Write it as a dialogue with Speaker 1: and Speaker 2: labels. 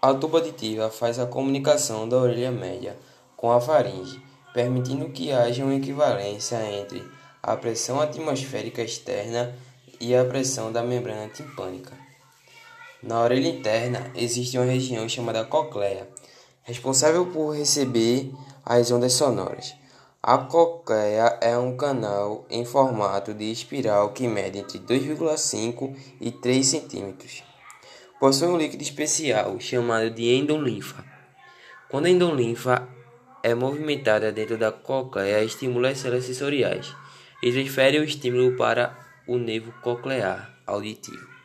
Speaker 1: A tuba auditiva faz a comunicação da orelha média com a faringe, permitindo que haja uma equivalência entre a pressão atmosférica externa e a pressão da membrana timpânica. Na orelha interna existe uma região chamada cóclea, responsável por receber as ondas sonoras. A cóclea é um canal em formato de espiral que mede entre 2,5 e 3 centímetros. Possui um líquido especial chamado de endolinfa. Quando a endolinfa é movimentada dentro da cóclea, estimula as células sensoriais e transfere o estímulo para o nervo coclear auditivo.